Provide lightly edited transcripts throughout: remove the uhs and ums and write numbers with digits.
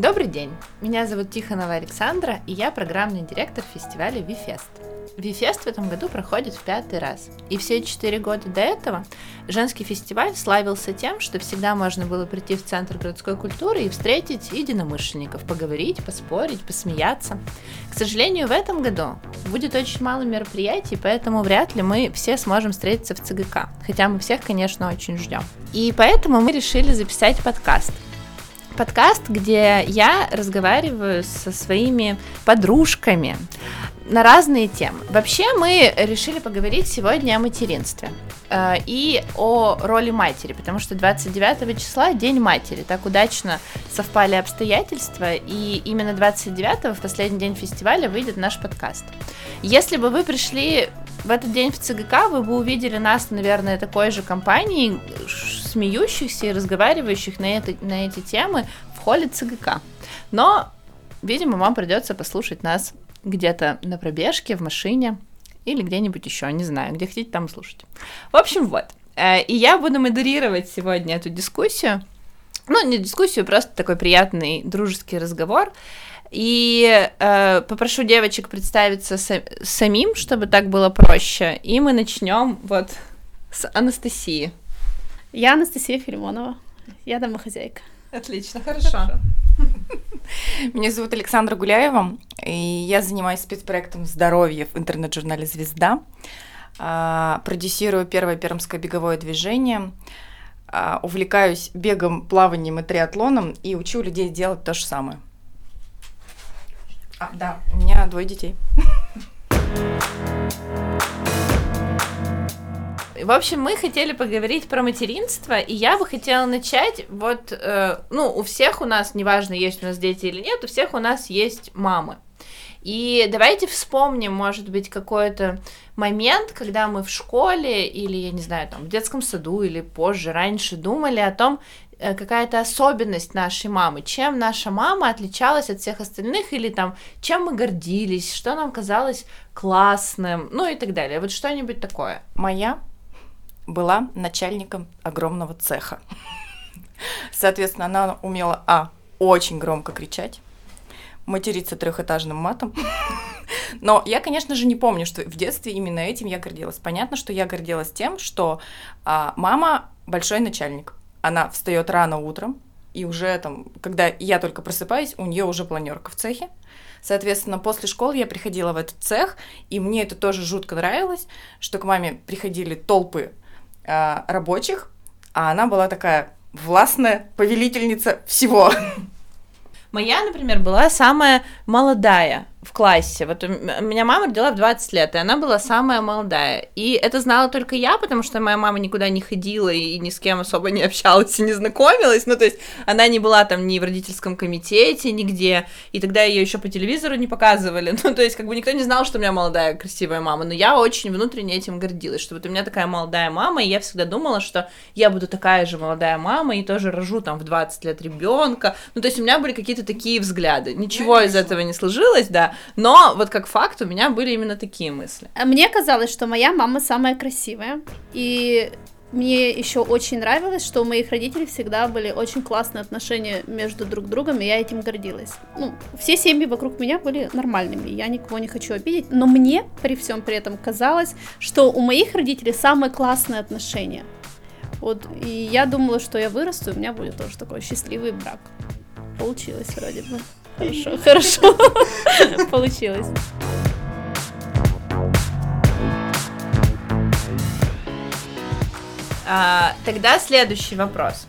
Добрый день, меня зовут Тихонова Александра, и я программный директор фестиваля ViFest. ViFest в этом году проходит в 5-й раз, и все 4 года до этого женский фестиваль славился тем, что всегда можно было прийти в Центр городской культуры и встретить единомышленников, поговорить, поспорить, посмеяться. К сожалению, в этом году будет очень мало мероприятий, поэтому вряд ли мы все сможем встретиться в ЦГК, хотя мы всех, конечно, очень ждем. И поэтому мы решили записать подкаст, где я разговариваю со своими подружками на разные темы. Вообще мы решили поговорить сегодня о материнстве и о роли матери, потому что 29 числа День матери. Так удачно совпали обстоятельства, и именно 29-го, в последний день фестиваля, выйдет наш подкаст. Если бы вы пришли в этот день в ЦГК, вы бы увидели нас, наверное, такой же компанией, смеющихся и разговаривающих на эти темы в холле ЦГК. Но, видимо, вам придется послушать нас где-то на пробежке, в машине или где-нибудь еще, не знаю, где хотите, там слушать. В общем, вот. И я буду модерировать сегодня эту дискуссию. Ну, не дискуссию, просто такой приятный дружеский разговор. И попрошу девочек представиться самим, чтобы так было проще. И мы начнем вот с Анастасии. Я Анастасия Филимонова. Я домохозяйка. Отлично, хорошо. Меня зовут Александра Гуляева, и я занимаюсь спецпроектом здоровья в интернет-журнале «Звезда». Продюсирую первое пермское беговое движение, увлекаюсь бегом, плаванием и триатлоном и учу людей делать то же самое. Да, у меня 2 детей. В общем, мы хотели поговорить про материнство, и я бы хотела начать, вот, у всех у нас, неважно, есть у нас дети или нет, у всех у нас есть мамы. И давайте вспомним, может быть, какой-то момент, когда мы в школе или, я не знаю, там, в детском саду или позже, раньше думали о том, какая-то особенность нашей мамы, чем наша мама отличалась от всех остальных, или там, чем мы гордились, что нам казалось классным, ну и так далее. Вот что-нибудь такое. Моя была начальником огромного цеха. Соответственно, она умела, очень громко кричать, материться 3-этажным матом. Но я, конечно же, не помню, что в детстве именно этим я гордилась. Понятно, что я гордилась тем, что мама большой начальник. Она встает рано утром, и уже там, когда я только просыпаюсь, у нее уже планерка в цехе. Соответственно, после школы я приходила в этот цех, и мне это тоже жутко нравилось, что к маме приходили толпы рабочих, а она была такая властная повелительница всего. Моя, например, была самая молодая в классе. Вот меня мама родила в 20 лет, и она была самая молодая. И это знала только я, потому что моя мама никуда не ходила и ни с кем особо не общалась и не знакомилась. Ну, то есть она не была там ни в родительском комитете, нигде. И тогда ее еще по телевизору не показывали. Ну, то есть как бы никто не знал, что у меня молодая, красивая мама. Но я очень внутренне этим гордилась, что вот у меня такая молодая мама, и я всегда думала, что я буду такая же молодая мама и тоже рожу там в 20 лет ребенка. Ну, то есть у меня были какие-то такие взгляды. Ничего из этого не сложилось, да. Но вот как факт у меня были именно такие мысли. Мне казалось, что моя мама самая красивая, и мне еще очень нравилось, что у моих родителей всегда были очень классные отношения между друг другом, и я этим гордилась. Ну, все семьи вокруг меня были нормальными, я никого не хочу обидеть, но мне при всем при этом казалось, что у моих родителей самые классные отношения. Вот, и я думала, что я вырасту, и у меня будет тоже такой счастливый брак. Получилось вроде бы. Хорошо. Получилось. Тогда следующий вопрос.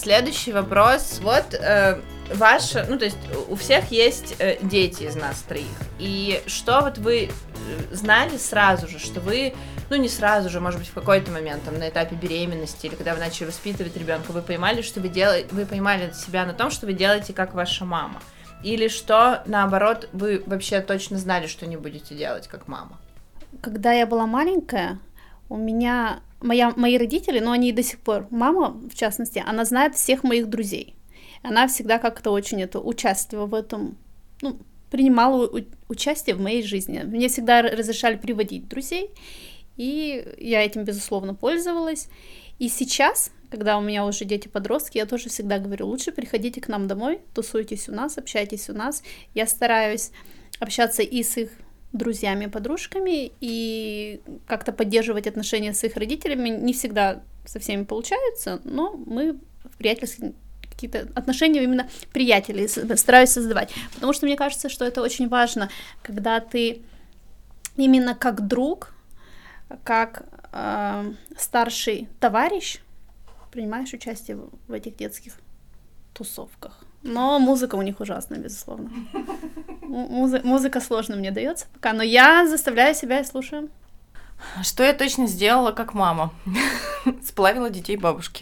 Вот ваша, ну то есть у всех есть дети из нас 3. И что вот вы знали сразу же, что вы, ну не сразу же, может быть в какой-то момент, там на этапе беременности или когда вы начали воспитывать ребенка, вы поймали, что вы поймали себя на том, что вы делаете как ваша мама? Или что, наоборот, вы вообще точно знали, что не будете делать, как мама? Когда я была маленькая, у меня мои родители, но они и до сих пор, мама, в частности, она знает всех моих друзей. Она всегда как-то очень участвовала в этом, принимала участие в моей жизни. Мне всегда разрешали приводить друзей, и я этим, безусловно, пользовалась. И сейчас, когда у меня уже дети-подростки, я тоже всегда говорю, лучше приходите к нам домой, тусуйтесь у нас, общайтесь у нас. Я стараюсь общаться и с их друзьями, подружками, и как-то поддерживать отношения с их родителями. Не всегда со всеми получается, но мы в приятельские какие-то отношения именно приятелей стараюсь создавать. Потому что мне кажется, что это очень важно, когда ты именно как друг, как старший товарищ принимаешь участие в этих детских тусовках. Но музыка у них ужасная, безусловно. Музыка сложно мне дается пока, но я заставляю себя и слушаю. Что я точно сделала как мама? Сплавила детей бабушки.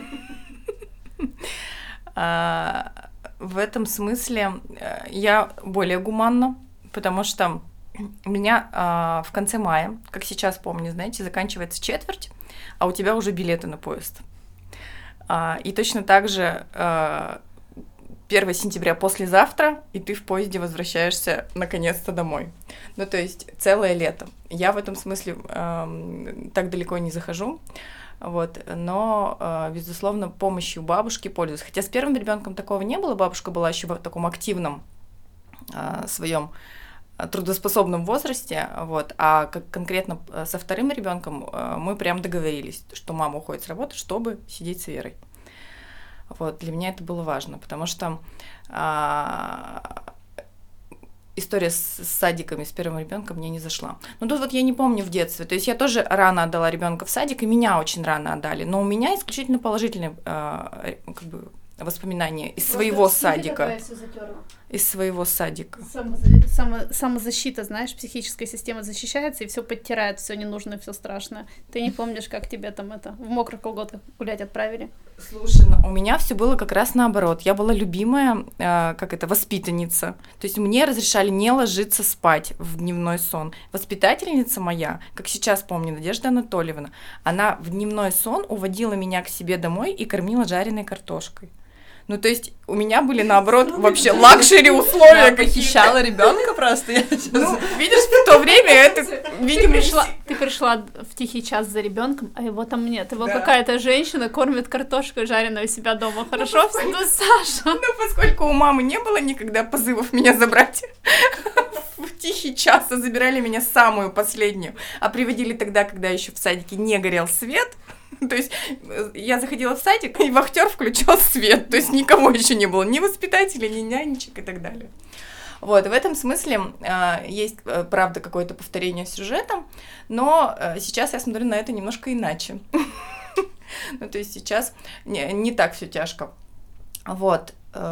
В этом смысле я более гуманна, потому что у меня в конце мая, как сейчас помню, знаете, заканчивается четверть, а у тебя уже билеты на поезд. И точно так же 1 сентября послезавтра, и ты в поезде возвращаешься наконец-то домой. Ну, то есть целое лето. Я в этом смысле так далеко не захожу, вот, но, безусловно, помощью бабушки пользуюсь. Хотя с первым ребенком такого не было, бабушка была еще в таком активном своем трудоспособном возрасте, вот, а конкретно со вторым ребенком мы прям договорились, что мама уходит с работы, чтобы сидеть с Верой. Вот, для меня это было важно, потому что история с садиками, с первым ребенком мне не зашла. Но тут вот я не помню в детстве, то есть я тоже рано отдала ребенка в садик, и меня очень рано отдали, но у меня исключительно положительные как бы воспоминания из своего садика. Из своего садика. Самозащита, знаешь, психическая система защищается и все подтирает, все ненужное, все страшное. Ты не помнишь, как тебя там в мокрых колготках гулять отправили? Слушай, у меня все было как раз наоборот. Я была любимая, воспитанница. То есть мне разрешали не ложиться спать в дневной сон. Воспитательница моя, как сейчас помню, Надежда Анатольевна, она в дневной сон уводила меня к себе домой и кормила жареной картошкой. Ну, то есть, у меня были, наоборот, вообще лакшери условия. Похищала ребенка просто. Ну, видишь, в то время это, видимо, ты пришла в тихий час за ребенком, а его там нет. Его какая-то женщина кормит картошкой жареной у себя дома. Хорошо? Ну, Саша. Ну, поскольку у мамы не было никогда позывов меня забрать в тихий час, а забирали меня самую последнюю, а приводили тогда, когда еще в садике не горел свет. То есть я заходила в садик, и вахтер включал свет, то есть никого еще не было, ни воспитателей, ни нянечек и так далее. Вот, в этом смысле есть, правда, какое-то повторение сюжета, но сейчас я смотрю на это немножко иначе. Ну, то есть сейчас не так все тяжко. Вот,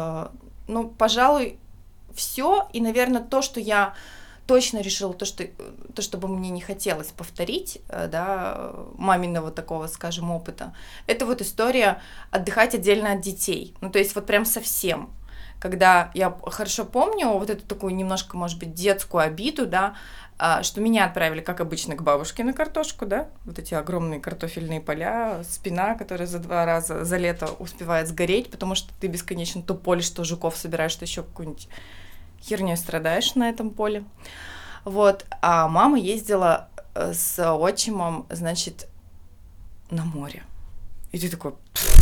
ну, пожалуй, все, и, наверное, то, что я точно решила, то, что бы мне не хотелось повторить, да, маминого такого, скажем, опыта, это вот история отдыхать отдельно от детей. Ну, то есть вот прям совсем. Когда я хорошо помню вот эту такую немножко, может быть, детскую обиду, да, что меня отправили, как обычно, к бабушке на картошку, да, вот эти огромные картофельные поля, спина, которая за 2 раза за лето успевает сгореть, потому что ты бесконечно то полишь, то жуков собираешь, то еще какую-нибудь херней страдаешь на этом поле. Вот. А мама ездила с отчимом, значит, на море. И ты такой,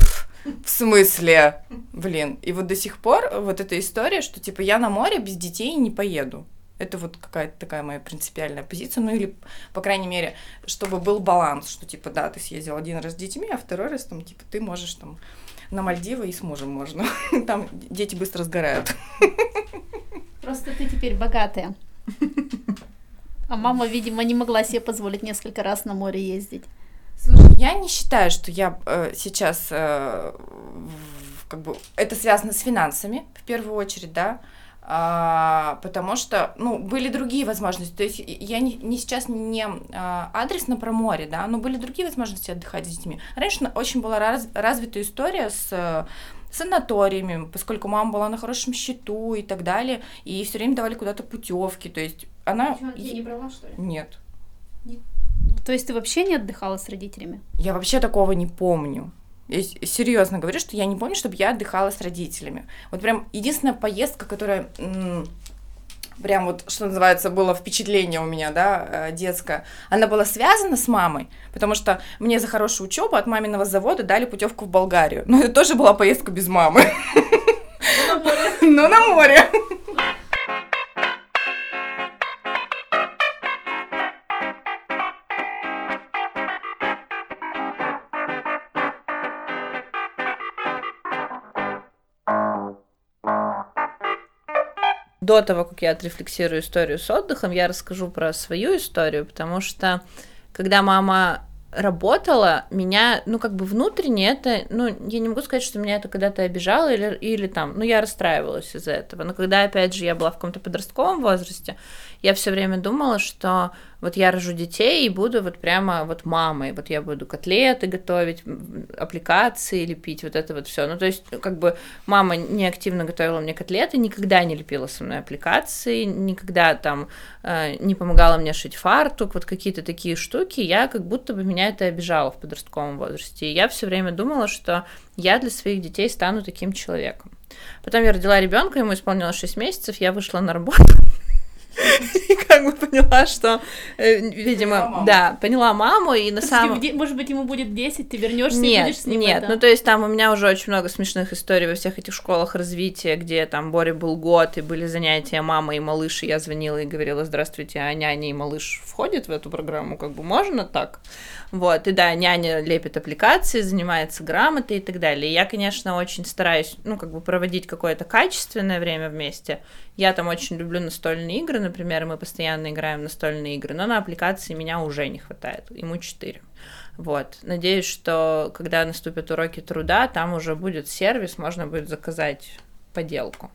в смысле? Блин. И вот до сих пор вот эта история, что типа я на море без детей не поеду. Это вот какая-то такая моя принципиальная позиция. Ну или, по крайней мере, чтобы был баланс, что типа да, ты съездил 1 раз с детьми, а 2 раз там типа ты можешь там на Мальдивы и с мужем можно. Там дети быстро сгорают. Просто ты теперь богатая. А мама, видимо, не могла себе позволить несколько раз на море ездить. Слушай, я не считаю, что я сейчас как бы это связано с финансами в первую очередь, да, потому что, ну, были другие возможности. То есть я не сейчас не адресно про море, да, но были другие возможности отдыхать с детьми. Раньше очень была развита история с санаториями, поскольку мама была на хорошем счету и так далее, и все время давали куда-то путевки, то есть она... Почему, ты не брала, что ли? Нет. То есть ты вообще не отдыхала с родителями? Я вообще такого не помню. Я серьезно говорю, что я не помню, чтобы я отдыхала с родителями. Вот прям единственная поездка, которая прям вот, что называется, было впечатление у меня, да, детское, она была связана с мамой, потому что мне за хорошую учебу от маминого завода дали путевку в Болгарию. Но это тоже была поездка без мамы. Но на море. До того, как я отрефлексирую историю с отдыхом, я расскажу про свою историю, потому что когда мама работала, меня, внутренне это, я не могу сказать, что меня это когда-то обижало или там, я расстраивалась из-за этого, но когда, опять же, я была в каком-то подростковом возрасте, я все время думала, что вот я рожу детей и буду вот прямо вот мамой, вот я буду котлеты готовить, аппликации лепить, вот это вот все. То есть, мама не активно готовила мне котлеты, никогда не лепила со мной аппликации, никогда там не помогала мне шить фартук, вот какие-то такие штуки, я как будто бы меня это обижало в подростковом возрасте. И я все время думала, что я для своих детей стану таким человеком. Потом я родила ребенка, ему исполнилось 6 месяцев, я вышла на работу. И поняла, что, видимо, поняла маму, и на самом... Может быть, ему будет 10, ты вернешься и будешь с ним. Нет, то есть там у меня уже очень много смешных историй во всех этих школах развития, где там Боре был год, и были занятия мама и малыш, и я звонила и говорила: здравствуйте, а няня и малыш входят в эту программу, можно так? Вот, и да, няня лепит аппликации, занимается грамотой и так далее. И я, конечно, очень стараюсь, проводить какое-то качественное время вместе. Я там очень люблю настольные игры, например, мы постоянно играем в настольные игры, но на аппликации меня уже не хватает, ему 4. Вот, надеюсь, что когда наступят уроки труда, там уже будет сервис, можно будет заказать поделку.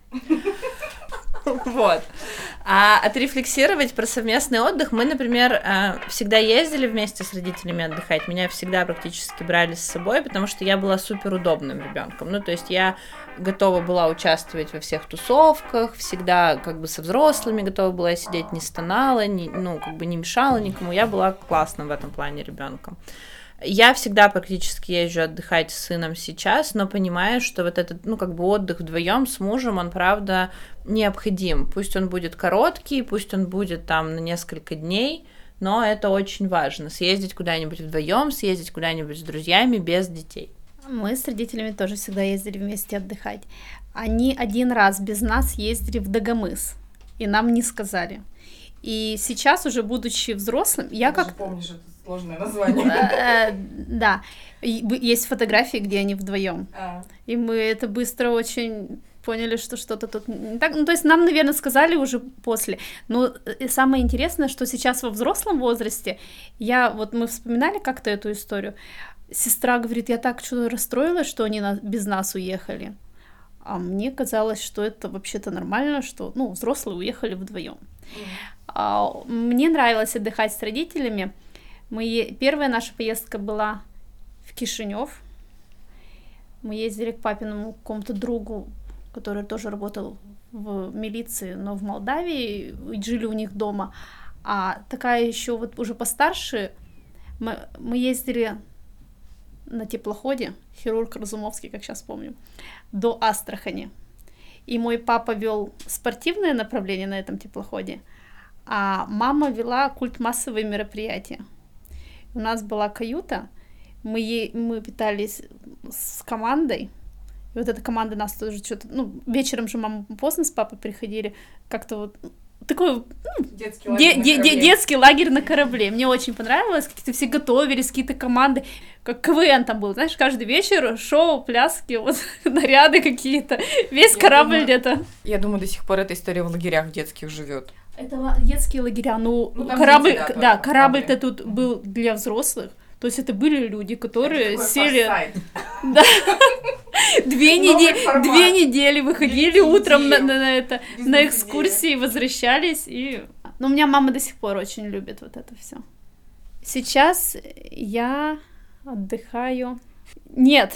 Вот. А отрефлексировать про совместный отдых. Мы, например, всегда ездили вместе с родителями отдыхать. Меня всегда практически брали с собой, потому что я была суперудобным ребенком. То есть я готова была участвовать во всех тусовках, всегда со взрослыми готова была сидеть, не стонала, не мешала никому. Я была классным в этом плане ребенком. Я всегда практически езжу отдыхать с сыном сейчас, но понимаю, что вот этот, отдых вдвоем с мужем, он, правда, необходим. Пусть он будет короткий, пусть он будет там на несколько дней, но это очень важно. Съездить куда-нибудь вдвоем, съездить куда-нибудь с друзьями без детей. Мы с родителями тоже всегда ездили вместе отдыхать. Они один раз без нас ездили в Дагомыс, и нам не сказали. И сейчас, уже будучи взрослым, я как... Помнишь это сложное название. Да, есть фотографии, где они вдвоем. И мы это быстро очень поняли, что что-то тут не так. То есть нам, наверное, сказали уже после. Но самое интересное, что сейчас во взрослом возрасте, мы вспоминали как-то эту историю, сестра говорит: я так что-то расстроилась, что они без нас уехали. А мне казалось, что это вообще-то нормально, что, взрослые уехали вдвоем. Мне нравилось отдыхать с родителями. Первая наша поездка была в Кишинев. Мы ездили к папиному какому-то другу, который тоже работал в милиции, но в Молдавии, и жили у них дома. А такая еще уже постарше, мы ездили на теплоходе, хирург Разумовский, как сейчас помню, до Астрахани. И мой папа вел спортивное направление на этом теплоходе, а мама вела культмассовые мероприятия. У нас была каюта, мы питались с командой, и вот эта команда нас тоже что-то... вечером же мама поздно с папой приходили, как-то такой детский лагерь на корабле. Мне очень понравилось, какие-то все готовились, какие-то команды, как КВН там был, знаешь, каждый вечер шоу, пляски, наряды какие-то, весь корабль где-то. Я думаю, до сих пор эта история в лагерях детских живет. Это детские лагеря, корабль, дети, корабль-то тут был для взрослых, то есть это были люди, которые сели... Да. 2 недели выходили утром на экскурсии, возвращались, но у меня мама до сих пор очень любит вот это все. Сейчас я отдыхаю... Нет,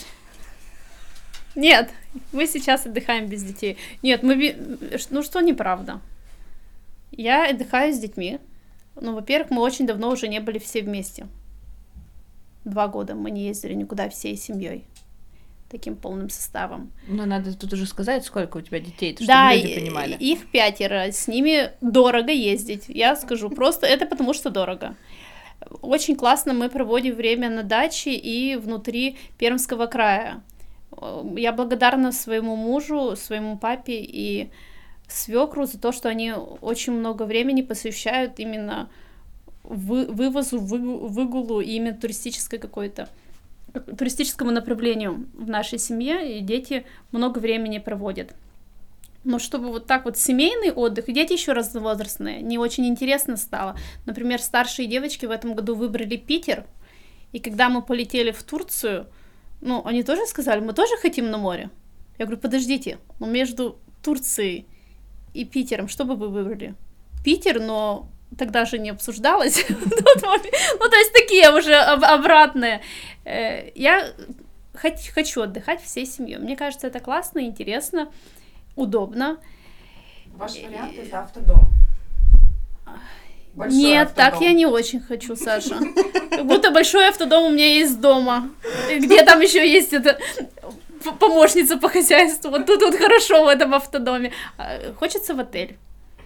мы сейчас отдыхаем без детей. Нет, что неправда. Я отдыхаю с детьми. Во-первых, мы очень давно уже не были все вместе. 2 года мы не ездили никуда всей семьей. таким полным составом. Но надо тут уже сказать, сколько у тебя детей, чтобы Да, люди понимали. их 5, с ними дорого ездить, я скажу, просто это потому что дорого. Очень классно мы проводим время на даче и внутри Пермского края. Я благодарна своему мужу, своему папе и свекру за то, что они очень много времени посвящают именно вывозу, выгулу и именно туристическому направлению в нашей семье, и дети много времени проводят. Но чтобы вот так вот семейный отдых, и дети еще разновозрастные, не очень интересно стало. Например, старшие девочки в этом году выбрали Питер, и когда мы полетели в Турцию, они тоже сказали, мы тоже хотим на море. Я говорю, подождите, но между Турцией и Питером что бы вы выбрали? Питер, но тогда же не обсуждалось. То есть такие уже обратные. Я хочу отдыхать всей семьей. Мне кажется, это классно, интересно, удобно. Ваш вариант — это автодом. Большой Нет, автодом. так я не очень хочу, Саша. Как будто большой автодом у меня есть дома, где там еще есть эта помощница по хозяйству. Вот тут вот хорошо в этом автодоме. Хочется в отель.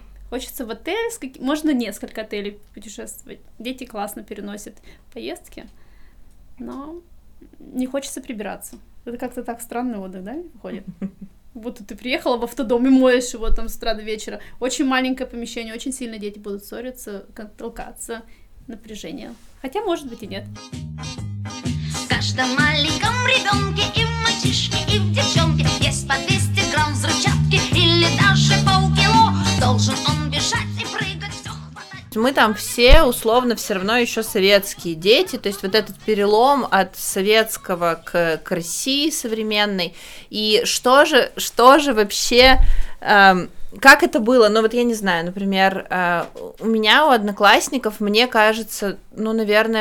Можно несколько отелей путешествовать. Дети классно переносят поездки, но не хочется прибираться. Это как-то так странный отдых, да, выходит? Будто ты приехала в автодом и моешь его там с утра до вечера. Очень маленькое помещение, очень сильно дети будут ссориться, толкаться, напряжение. Хотя, может быть, и нет. В каждом маленьком ребенке и в мальчишке, и в девчонке есть по 200 грамм взрывчатки или даже полкило. Должен он бежать и прыгать, все хватать. Мы там все условно все равно еще советские дети, то есть вот этот перелом от советского к России современной. И что же вообще, как это было? Ну вот я не знаю, например, у меня, у одноклассников, мне кажется, наверное,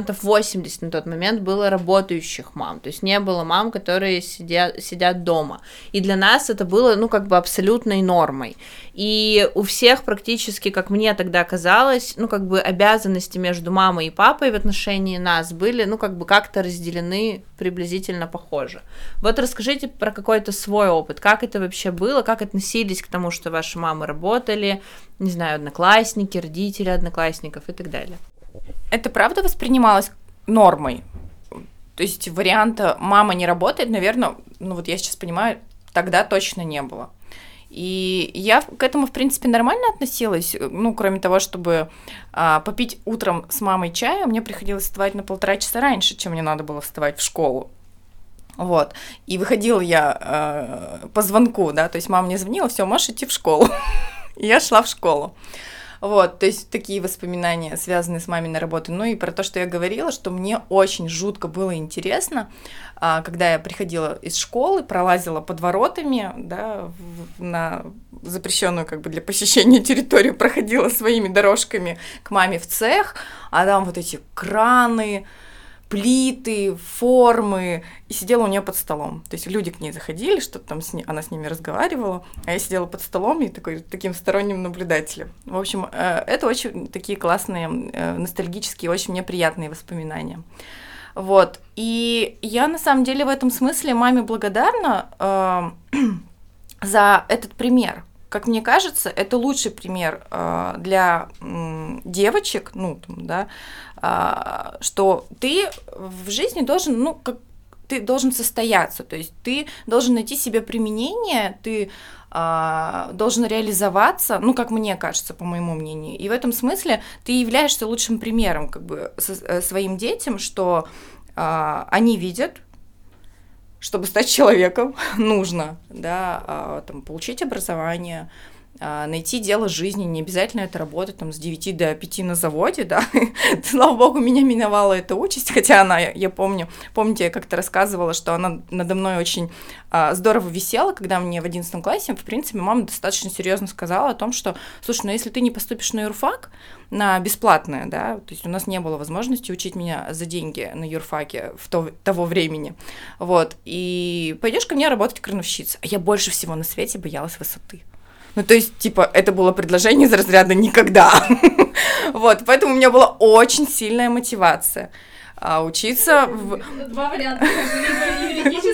80% на тот момент было работающих мам, то есть не было мам, которые сидят дома, и для нас это было, абсолютной нормой, и у всех практически, как мне тогда казалось, обязанности между мамой и папой в отношении нас были, как-то разделены приблизительно похоже. Вот расскажите про какой-то свой опыт, как это вообще было, как относились к тому, что ваши мамы работали, не знаю, одноклассники, родители одноклассников и так далее. Это правда воспринималось нормой? То есть варианта «мама не работает», наверное, я сейчас понимаю, тогда точно не было. И я к этому, в принципе, нормально относилась, кроме того, чтобы попить утром с мамой чаю, мне приходилось вставать на 1,5 часа раньше, чем мне надо было вставать в школу. Вот, и выходила я по звонку, да, то есть мама мне звонила, все, можешь идти в школу. И я шла в школу. Вот, то есть такие воспоминания, связанные с маминой работой. Ну и про то, что я говорила, что мне очень жутко было интересно, когда я приходила из школы, пролазила под воротами, да, на запрещенную для посещения территорию, проходила своими дорожками к маме в цех, а там вот эти краны, плиты, формы, и сидела у нее под столом. То есть люди к ней заходили, что-то там она с ними разговаривала, а я сидела под столом и таким сторонним наблюдателем. В общем, это очень такие классные, ностальгические, очень мне приятные воспоминания. Вот. И я, на самом деле, в этом смысле маме благодарна за этот пример. Как мне кажется, это лучший пример для девочек, что ты в жизни должен, ты должен состояться, то есть ты должен найти себе применение, ты должен реализоваться, как мне кажется, по моему мнению. И в этом смысле ты являешься лучшим примером своим детям, что они видят, чтобы стать человеком, нужно, получить образование, найти дело жизни, не обязательно это работать с 9 до 5 на заводе, да, слава богу, меня миновала эта участь, хотя я помните, я как-то рассказывала, что она надо мной очень здорово висела, когда мне в 11 классе, в принципе, мама достаточно серьезно сказала о том, что, слушай, если ты не поступишь на юрфак, на бесплатное, да, то есть у нас не было возможности учить меня за деньги на юрфаке того времени, вот, и пойдешь ко мне работать крановщицей, а я больше всего на свете боялась высоты. То есть, это было предложение из разряда «никогда». Вот, поэтому у меня была очень сильная мотивация учиться Два варианта, либо юридически бесплатно,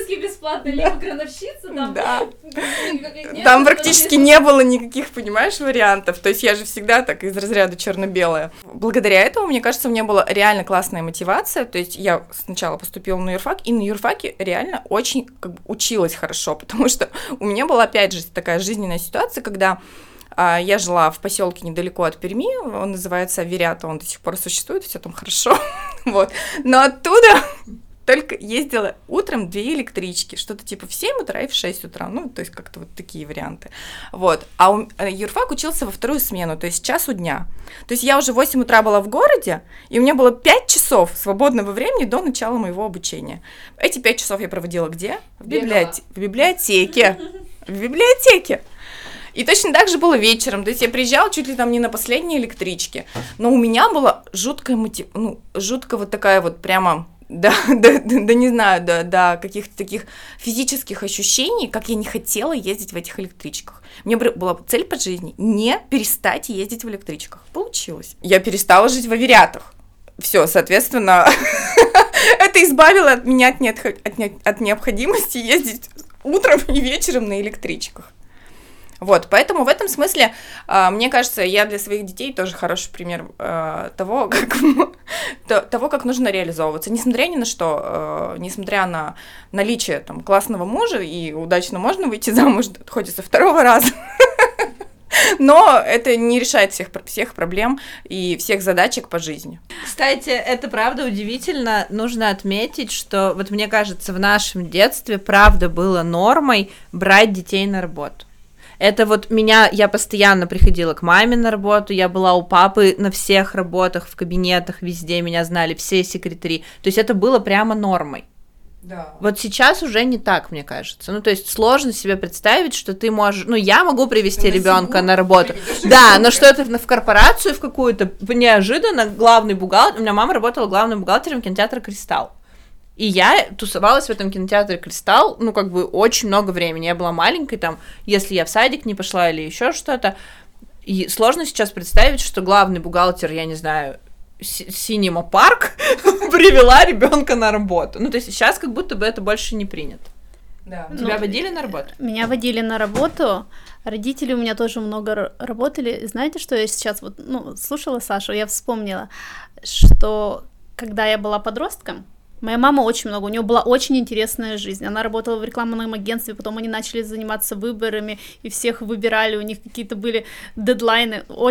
бесплатно, либо крановщица, там... Да. Там практически не было никаких, понимаешь, вариантов. То есть я же всегда так из разряда черно-белая. Благодаря этому, мне кажется, у меня была реально классная мотивация. То есть я сначала поступила на юрфак, и на юрфаке реально очень училась хорошо, потому что у меня была, опять же, такая жизненная ситуация, когда я жила в поселке недалеко от Перми, он называется Аверята, он до сих пор существует, все там хорошо, вот. Но оттуда только ездила утром 2 электрички, что-то типа в 7 утра и в 6 утра, ну, то есть как-то вот такие варианты, вот. А юрфак учился во вторую смену, то есть часу дня. То есть я уже в 8 утра была в городе, и у меня было 5 часов свободного времени до начала моего обучения. Эти 5 часов я проводила где? В библиотеке. В библиотеке. И точно так же было вечером, то есть я приезжала чуть ли там не на последней электричке, но у меня была жуткая жутко вот такая вот прямо, не знаю, до каких-то таких физических ощущений, как я не хотела ездить в этих электричках. У меня была цель по жизни не перестать ездить в электричках. Получилось. Я перестала жить в Аверятах. Все, соответственно, это избавило меня от необходимости ездить утром и вечером на электричках. Вот, поэтому в этом смысле, мне кажется, я для своих детей тоже хороший пример того, как нужно реализовываться. Несмотря ни на что, несмотря на наличие там классного мужа, и удачно можно выйти замуж хоть и со 2-го раза, но это не решает всех проблем и всех задачек по жизни. Кстати, это правда удивительно. Нужно отметить, что вот мне кажется, в нашем детстве правда было нормой брать детей на работу. Это вот я постоянно приходила к маме на работу, я была у папы на всех работах, в кабинетах, везде меня знали, все секретари. То есть это было прямо нормой. Да. Вот сейчас уже не так, мне кажется. Ну, то есть сложно себе представить, что ты можешь... Ну, я могу привести ребенка на работу. Да, но что это в корпорацию в какую-то, неожиданно главный бухгалтер... У меня мама работала главным бухгалтером кинотеатра «Кристалл». И я тусовалась в этом кинотеатре «Кристалл», ну, как бы, очень много времени. Я была маленькой, там, если я в садик не пошла или еще что-то. И сложно сейчас представить, что главный бухгалтер, я не знаю, Cinema Park привела ребенка на работу. Ну, то есть сейчас как будто бы это больше не принято. Да. Тебя водили на работу? Меня водили на работу. Родители у меня тоже много работали. Знаете, что я сейчас вот, слушала Сашу, я вспомнила, что когда я была подростком, моя мама очень много, у нее была очень интересная жизнь. Она работала в рекламном агентстве, потом они начали заниматься выборами, и всех выбирали, у них какие-то были дедлайны. У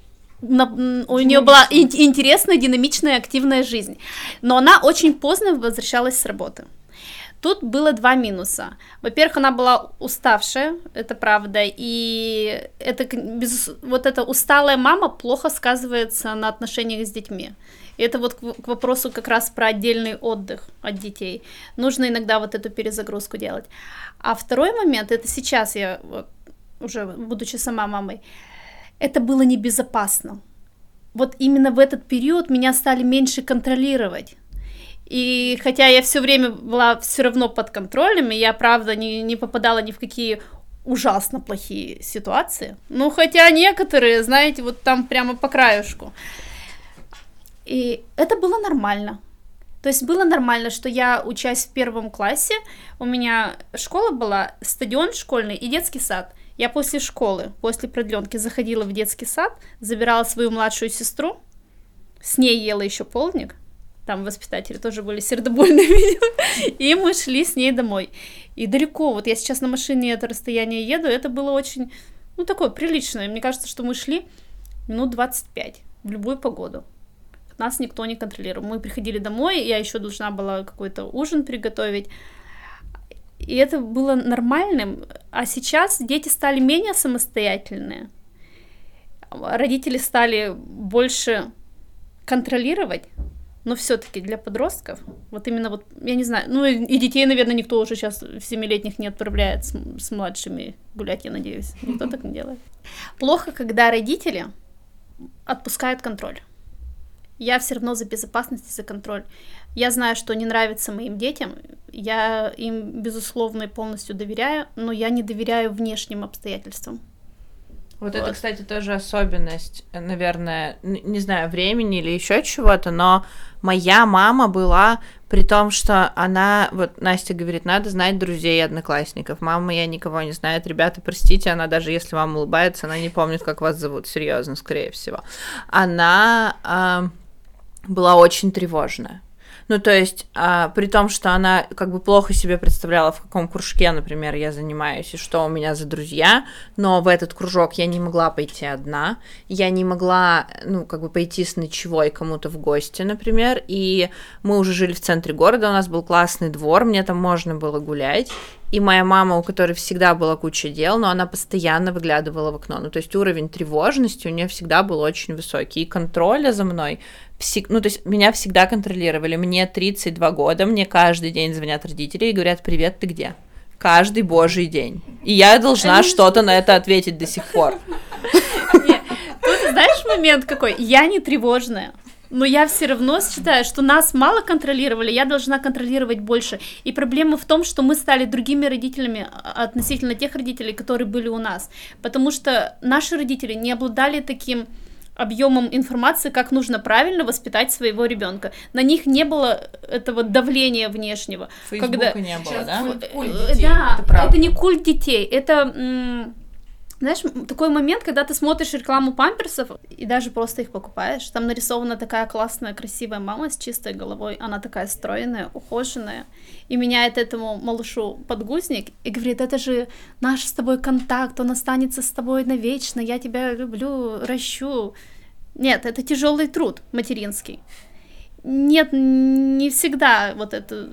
нее была интересная, динамичная, активная жизнь. Но она очень поздно возвращалась с работы. Тут было 2 минуса. Во-первых, она была уставшая, это правда, и вот эта усталая мама плохо сказывается на отношениях с детьми. И это вот к вопросу как раз про отдельный отдых от детей. Нужно иногда вот эту перезагрузку делать. А второй момент, это сейчас я, вот, уже будучи сама мамой, это было небезопасно. Вот именно в этот период меня стали меньше контролировать. И хотя я все время была все равно под контролем, и я, правда, не попадала ни в какие ужасно плохие ситуации, ну, хотя некоторые, знаете, вот там прямо по краешку. И это было нормально. То есть было нормально, что я, учась в 1 классе, у меня школа была, стадион школьный и детский сад. Я после школы, после продленки заходила в детский сад, забирала свою младшую сестру, с ней ела еще полдник, там воспитатели тоже были сердобольными, и мы шли с ней домой. И далеко, вот я сейчас на машине это расстояние еду, это было очень, такое приличное. Мне кажется, что мы шли минут 25 в любую погоду. Нас никто не контролировал. Мы приходили домой, я еще должна была какой-то ужин приготовить. И это было нормальным. А сейчас дети стали менее самостоятельные. Родители стали больше контролировать. Но все-таки для подростков, вот именно вот, я не знаю, и детей, наверное, никто уже сейчас в 7-летних не отправляет с младшими гулять, я надеюсь. Никто так не делает. Плохо, когда родители отпускают контроль. Я все равно за безопасность и за контроль. Я знаю, что не нравится моим детям, я им, безусловно, и полностью доверяю, но я не доверяю внешним обстоятельствам. Вот это, кстати, тоже особенность, наверное, не знаю, времени или еще чего-то, но моя мама была, при том, что она, вот Настя говорит, надо знать друзей и одноклассников. Мама моя никого не знает, ребята, простите, она даже если вам улыбается, она не помнит, как вас зовут, серьезно, скорее всего. Она была очень тревожная. Ну, то есть, при том, что она как бы плохо себе представляла, в каком кружке, например, я занимаюсь, и что у меня за друзья, но в этот кружок я не могла пойти одна, я не могла, ну, как бы пойти с ночевой кому-то в гости, например, и мы уже жили в центре города, у нас был классный двор, мне там можно было гулять, и моя мама, у которой всегда была куча дел, но она постоянно выглядывала в окно. Ну, то есть уровень тревожности у нее всегда был очень высокий. И контроля за мной, ну, то есть меня всегда контролировали. Мне 32 года, мне каждый день звонят родители и говорят: «Привет, ты где?» Каждый божий день. И я должна что-то на это ответить до сих пор. Тут знаешь момент какой? Я не тревожная. Но я все равно считаю, что нас мало контролировали, я должна контролировать больше. И проблема в том, что мы стали другими родителями относительно тех родителей, которые были у нас. Потому что наши родители не обладали таким объемом информации, как нужно правильно воспитать своего ребенка. На них не было этого давления внешнего. Фейсбука не было, да? Да, это не культ детей, это... Знаешь, такой момент, когда ты смотришь рекламу памперсов и даже просто их покупаешь, там нарисована такая классная, красивая мама с чистой головой, она такая стройная, ухоженная, и меняет этому малышу подгузник и говорит: это же наш с тобой контакт, он останется с тобой навечно, я тебя люблю, ращу. Нет, это тяжелый труд материнский. Нет, не всегда вот это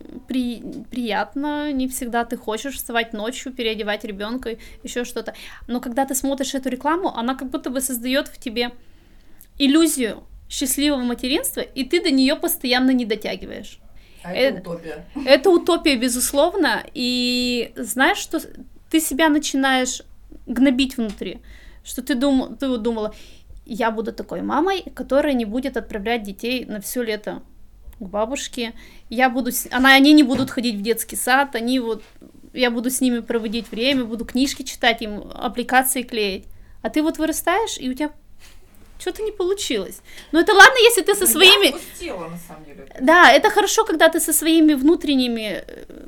приятно, не всегда ты хочешь вставать ночью, переодевать ребенка, еще что-то. Но когда ты смотришь эту рекламу, она как будто бы создает в тебе иллюзию счастливого материнства, и ты до нее постоянно не дотягиваешь. Это утопия. Это утопия, безусловно. И знаешь, что ты себя начинаешь гнобить внутри, что ты думала: я буду такой мамой, которая не будет отправлять детей на все лето к бабушке, они не будут ходить в детский сад, я буду с ними проводить время, буду книжки читать, им аппликации клеить. А ты вот вырастаешь, и у тебя что-то не получилось. Но это ладно, если ты со своими... Я отпустила, на самом деле. Да, это хорошо, когда ты со своими внутренними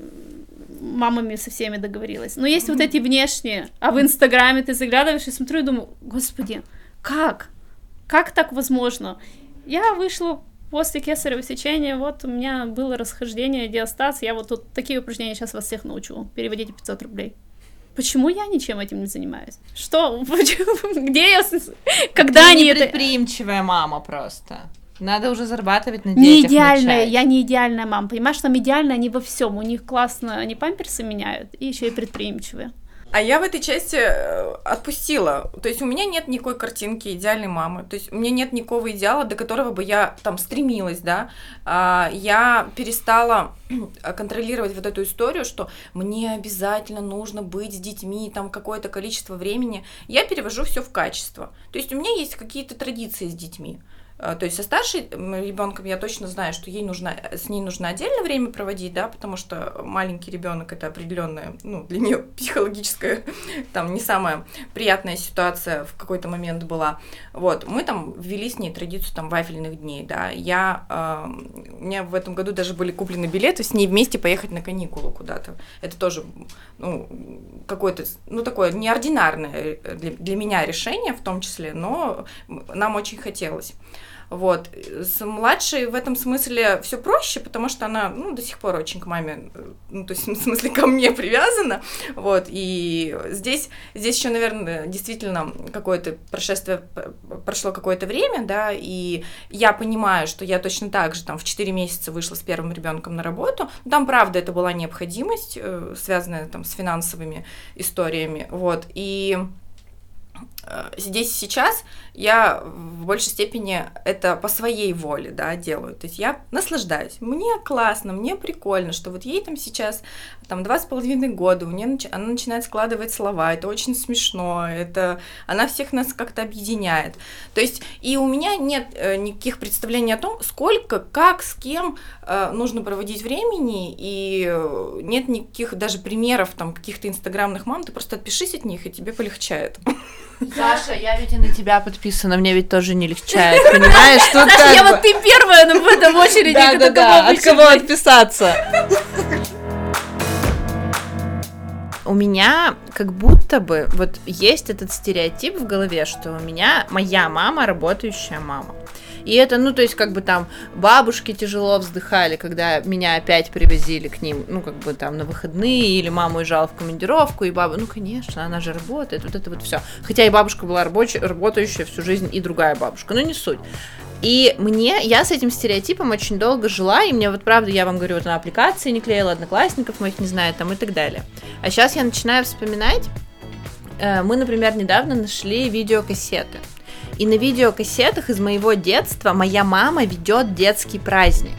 мамами со всеми договорилась. Но есть вот эти внешние, а в Инстаграме ты заглядываешь и смотрю и думаю: господи, как? Как так возможно? Я вышла после кесарево сечения, вот у меня было расхождение, диастаз, я вот тут такие упражнения сейчас вас всех научу, переводите 500 рублей. Почему я ничем этим не занимаюсь? Что? Почему? Где я? Когда они это... Предприимчивая мама просто. Надо уже зарабатывать на детях. Не идеальная, я не идеальная мама, понимаешь, там идеальная они во всем, у них классно, они памперсы меняют, и еще и предприимчивые. А я в этой части отпустила. То есть у меня нет никакой картинки идеальной мамы. То есть у меня нет никакого идеала, до которого бы я там стремилась, да. Я перестала контролировать вот эту историю, что мне обязательно нужно быть с детьми там какое-то количество времени. Я перевожу все в качество. То есть у меня есть какие-то традиции с детьми. То есть со старшей ребенком я точно знаю, что с ней нужно отдельно время проводить, да, потому что маленький ребенок это определенная, для нее психологическая, там не самая приятная ситуация в какой-то момент была. Вот, мы там ввели с ней традицию там вафельных дней, да. У меня в этом году даже были куплены билеты с ней вместе поехать на каникулы куда-то. Это тоже, какое-то, такое неординарное для меня решение в том числе, но нам очень хотелось. Вот. С младшей в этом смысле все проще, потому что она, до сих пор очень к маме, то есть, в смысле, ко мне привязана. Вот. И здесь еще, наверное, действительно прошло какое-то время, да, и я понимаю, что я точно так же там в 4 месяца вышла с первым ребенком на работу. Там, правда, это была необходимость, связанная там с финансовыми историями. Вот. И здесь сейчас я в большей степени это по своей воле, да, делаю. То есть я наслаждаюсь. Мне классно, мне прикольно, что вот ей там сейчас там 2,5 года, она начинает складывать слова, это очень смешно, она всех нас как-то объединяет. То есть и у меня нет никаких представлений о том, сколько, как, с кем нужно проводить времени, и нет никаких даже примеров там каких-то инстаграмных мам, ты просто отпишись от них, и тебе полегчает. Саша, я ведь и на тебя подписана, мне ведь тоже не легчает, понимаешь? Тут Саша, я вот ты первая в этом очереди, от кого отписаться? У меня как будто бы вот есть этот стереотип в голове, что у меня моя мама работающая мама. И это, ну, то есть, как бы там бабушки тяжело вздыхали, когда меня опять привозили к ним, ну, как бы там на выходные, или мама уезжала в командировку, и баба, ну, конечно, она же работает, вот это вот все. Хотя и бабушка была работающая всю жизнь, и другая бабушка, но не суть. И я с этим стереотипом очень долго жила, и мне вот правда, я вам говорю, вот на аппликации не клеила, одноклассников моих не знаю, там и так далее. А сейчас я начинаю вспоминать, мы, например, недавно нашли видеокассеты. И на видеокассетах из моего детства моя мама ведет детский праздник.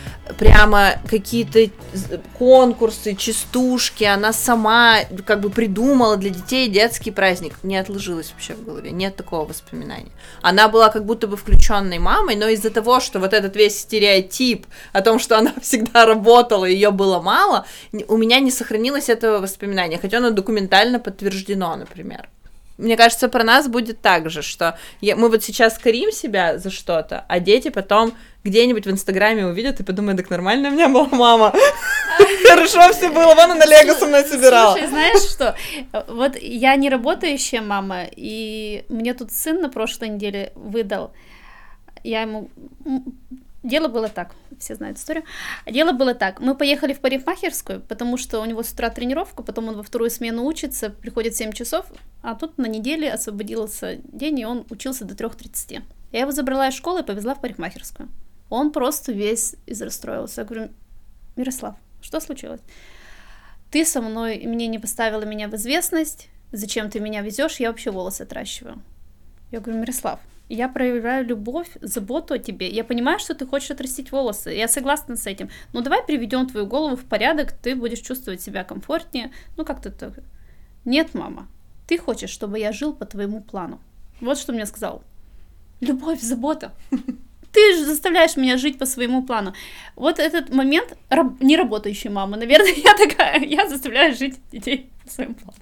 Прямо какие-то конкурсы, частушки, она сама как бы придумала для детей детский праздник. Не отложилось вообще в голове, нет такого воспоминания. Она была как будто бы включенной мамой, но из-за того, что вот этот весь стереотип о том, что она всегда работала, ее было мало, у меня не сохранилось этого воспоминания, хотя оно документально подтверждено, например. Мне кажется, про нас будет так же, что мы вот сейчас корим себя за что-то, а дети потом где-нибудь в Инстаграме увидят и подумают, так нормально у меня была мама. Хорошо все было, вон она Лего со мной собирала. Слушай, знаешь что, вот я не работающая мама, и мне тут сын на прошлой неделе выдал, я ему... Дело было так, все знают историю. Дело было так, мы поехали в парикмахерскую, потому что у него с утра тренировка, потом он во вторую смену учится, приходит в 7 часов, а тут на неделе освободился день, и он учился до 3:30. Я его забрала из школы и повезла в парикмахерскую. Он просто весь израстроился. Я говорю, Мирослав, что случилось? Ты со мной, мне не поставила меня в известность, зачем ты меня везешь, я вообще волосы отращиваю. Я говорю, Мирослав, я проявляю любовь, заботу о тебе. Я понимаю, что ты хочешь отрастить волосы. Я согласна с этим. Но давай приведем твою голову в порядок, ты будешь чувствовать себя комфортнее. Ну, как-то так. Нет, мама, ты хочешь, чтобы я жил по твоему плану. Вот что мне сказал. Любовь, забота. Ты же заставляешь меня жить по своему плану. Вот этот момент неработающей мамы. Наверное, я такая. Я заставляю жить детей по своему плану.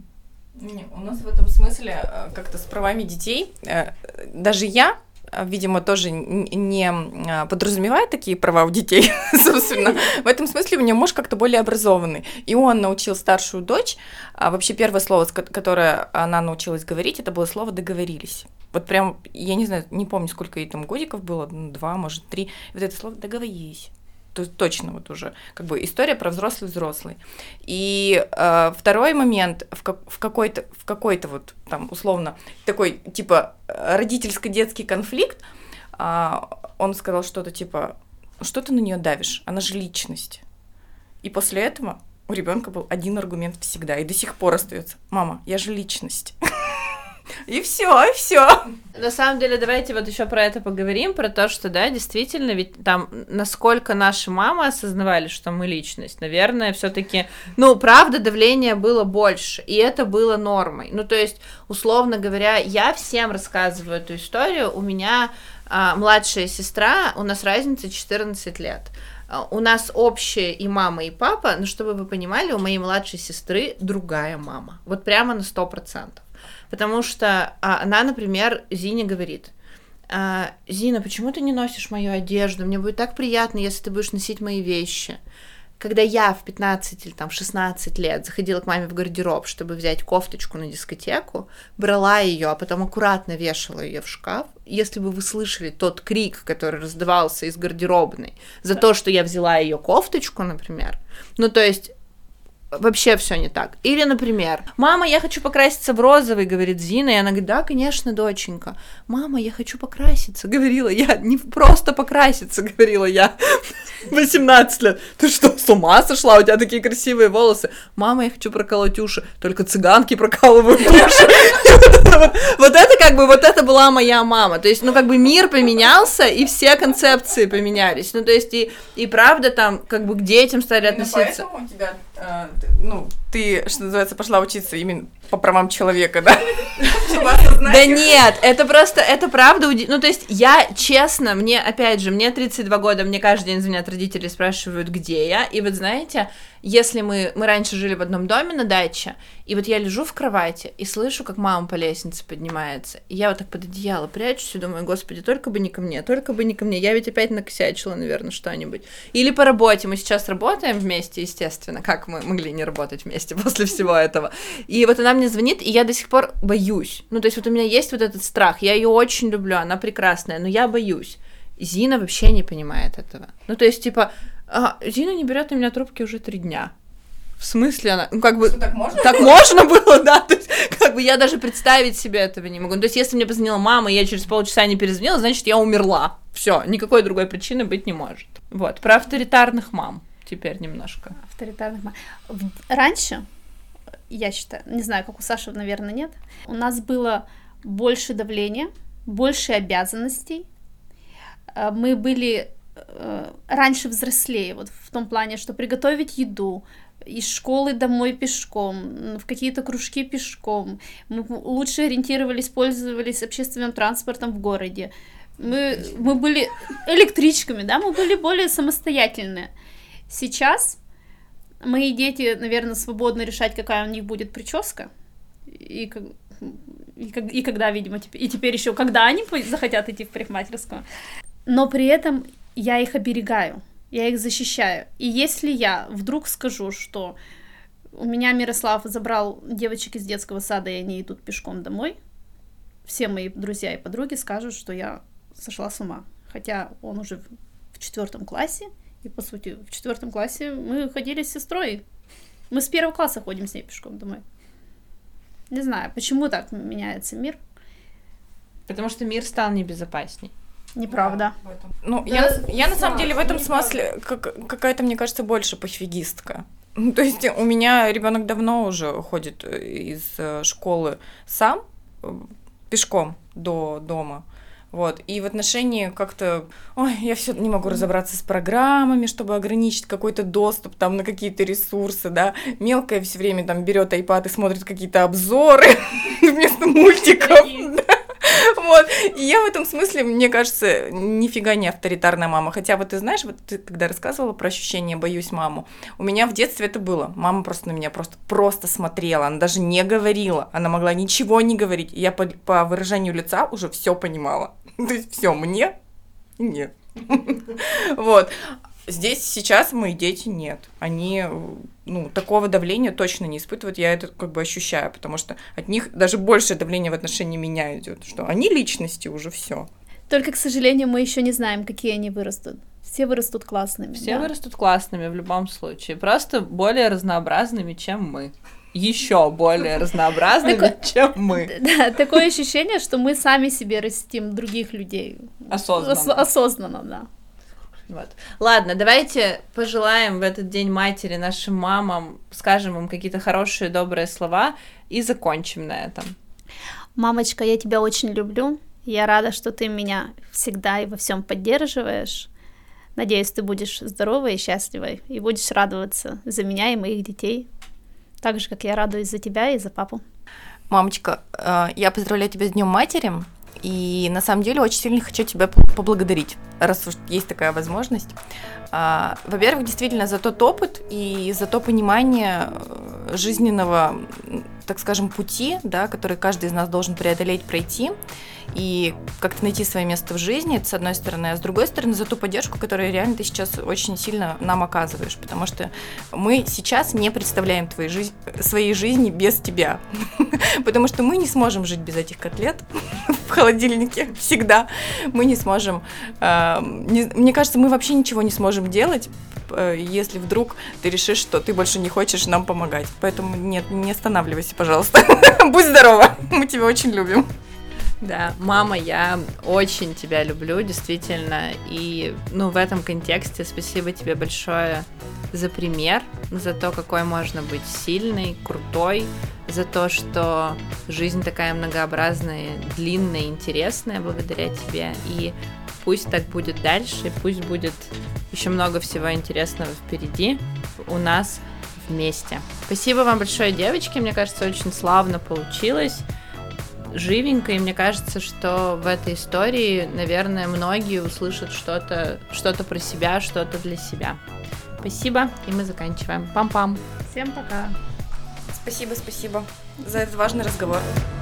У нас в этом смысле как-то с правами детей, даже я, видимо, тоже не подразумеваю такие права у детей, собственно. В этом смысле у меня муж как-то более образованный. И он научил старшую дочь, вообще первое слово, которое она научилась говорить, это было слово «договорились». Вот прям, я не знаю, не помню, сколько ей там годиков было, 2, может, 3. И вот это слово «договорились». То есть точно вот уже как бы история про взрослый. И второй момент в какой-то вот там условно такой типа родительско-детский конфликт, он сказал что-то типа, что ты на нее давишь, она же личность. И после этого у ребенка был один аргумент всегда и до сих пор остается: мама, я же личность. И все. На самом деле, давайте вот еще про это поговорим, про то, что, да, действительно, ведь там, насколько наши мамы осознавали, что мы личность, наверное, все-таки, ну, правда, давление было больше, и это было нормой. Ну, то есть, условно говоря, я всем рассказываю эту историю, у меня младшая сестра, у нас разница 14 лет. У нас общая и мама, и папа, но чтобы вы понимали, у моей младшей сестры другая мама, вот прямо на 100%. Потому что она, например, Зине говорит: Зина, почему ты не носишь мою одежду? Мне будет так приятно, если ты будешь носить мои вещи. Когда я в 15 или там, 16 лет заходила к маме в гардероб, чтобы взять кофточку на дискотеку, брала ее, а потом аккуратно вешала ее в шкаф, если бы вы слышали тот крик, который раздавался из гардеробной за то, что я взяла ее кофточку, например, ну то есть вообще все не так. Или, например, мама, я хочу покраситься в розовый, говорит Зина, и она говорит, да, конечно, доченька. Мама, я хочу покраситься, говорила я, не просто покраситься, говорила я. 18 лет. Ты что, с ума сошла? У тебя такие красивые волосы. Мама, я хочу проколоть уши. Только цыганки прокалывают уши. Вот это как бы, вот это была моя мама. То есть, ну, как бы мир поменялся, и все концепции поменялись. Ну, то есть, и правда там, как бы к детям стали относиться. Поэтому у тебя, ну, ты, что называется, пошла учиться именно по правам человека, да? Да нет, это просто, это правда, ну, то есть, я, честно, мне 32 года, мне каждый день звонят родители, спрашивают, где я, и вот знаете, если мы раньше жили в одном доме на даче, и вот я лежу в кровати и слышу, как мама по лестнице поднимается, и я вот так под одеяло прячусь и думаю, господи, только бы не ко мне, я ведь опять накосячила, наверное, что-нибудь. Или по работе, мы сейчас работаем вместе, естественно, как мы могли не работать вместе после всего этого. И вот она мне звонит, и я до сих пор боюсь. Ну, то есть вот у меня есть вот этот страх, я ее очень люблю, она прекрасная, но я боюсь. Зина вообще не понимает этого. Ну, то есть, типа, Зина не берет на меня трубки уже 3 дня. В смысле она? Ну, как бы... Что, так можно? Так можно было, да? То есть, как бы я даже представить себе этого не могу. Ну, то есть, если мне позвонила мама, и я через полчаса не перезвонила, значит, я умерла. Все, никакой другой причины быть не может. Вот, про авторитарных мам теперь немножко. Авторитарных мам. Раньше, я считаю, не знаю, как у Саши, наверное, нет, у нас было больше давления, больше обязанностей. Мы были раньше взрослее, вот в том плане, что приготовить еду, из школы домой пешком, в какие-то кружки пешком. Мы лучше ориентировались, пользовались общественным транспортом в городе. Мы были электричками, да, мы были более самостоятельные. Сейчас мои дети, наверное, свободно решать, какая у них будет прическа, и когда, видимо, и теперь еще, когда они захотят идти в парикмахерскую. Но при этом я их оберегаю, я их защищаю. И если я вдруг скажу, что у меня Мирослав забрал девочек из детского сада, и они идут пешком домой, все мои друзья и подруги скажут, что я сошла с ума. Хотя он уже в 4 классе, и, по сути, в 4 классе мы ходили с сестрой. Мы с 1 класса ходим с ней пешком домой. Не знаю, почему так меняется мир. Потому что мир стал небезопасней. Неправда. Да, ну, я на самом деле в этом смысле какая-то, мне кажется, больше пофигистка. То есть у меня ребенок давно уже ходит из школы сам пешком до дома. Вот. И в отношении как-то, я все не могу разобраться с программами, чтобы ограничить какой-то доступ там на какие-то ресурсы, да. Мелкая все время там берет iPad и смотрит какие-то обзоры вместо мультиков. Вот, и я в этом смысле, мне кажется, нифига не авторитарная мама. Хотя вот ты знаешь, вот ты когда рассказывала про ощущение «боюсь маму», у меня в детстве это было. Мама просто на меня просто смотрела, она даже не говорила, она могла ничего не говорить. И я по выражению лица уже все понимала. То есть все мне нет. Вот. Здесь сейчас мои дети нет. Они, такого давления точно не испытывают. Я это как бы ощущаю, потому что от них даже большее давление в отношении меня идет, что они личности уже все. Только, к сожалению, мы еще не знаем, какие они вырастут. Все вырастут классными. Все вырастут классными в любом случае. Просто более разнообразными, чем мы. Еще более разнообразными, чем мы. Да, такое ощущение, что мы сами себе растим других людей. Осознанно, да. Вот. Ладно, давайте пожелаем в этот День матери нашим мамам, скажем им какие-то хорошие, добрые слова и закончим на этом. Мамочка, я тебя очень люблю. Я рада, что ты меня всегда и во всем поддерживаешь. Надеюсь, ты будешь здоровой и счастливой и будешь радоваться за меня и моих детей, так же, как я радуюсь за тебя и за папу. Мамочка, я поздравляю тебя с Днем матери. И на самом деле очень сильно хочу тебя поблагодарить, раз уж есть такая возможность. Во-первых, действительно за тот опыт и за то понимание жизненного, так скажем, пути, да, который каждый из нас должен преодолеть, пройти, и как-то найти свое место в жизни, это с одной стороны, а с другой стороны за ту поддержку, которую реально ты сейчас очень сильно нам оказываешь, потому что мы сейчас не представляем своей жизни без тебя, потому что мы не сможем жить без этих котлет в холодильнике всегда, мы не сможем, мне кажется, мы вообще ничего не сможем делать, если вдруг ты решишь, что ты больше не хочешь нам помогать, поэтому нет, не останавливайся, пожалуйста, будь здорова, мы тебя очень любим. Да, мама, я очень тебя люблю, действительно, и, в этом контексте спасибо тебе большое за пример, за то, какой можно быть сильной, крутой, за то, что жизнь такая многообразная, длинная, интересная благодаря тебе, и пусть так будет дальше, пусть будет еще много всего интересного впереди у нас вместе. Спасибо вам большое, девочки, мне кажется, очень славно получилось. Живенько, и мне кажется, что в этой истории, наверное, многие услышат что-то про себя, что-то для себя. Спасибо, и мы заканчиваем. Пам-пам. Всем пока. Спасибо за этот важный разговор.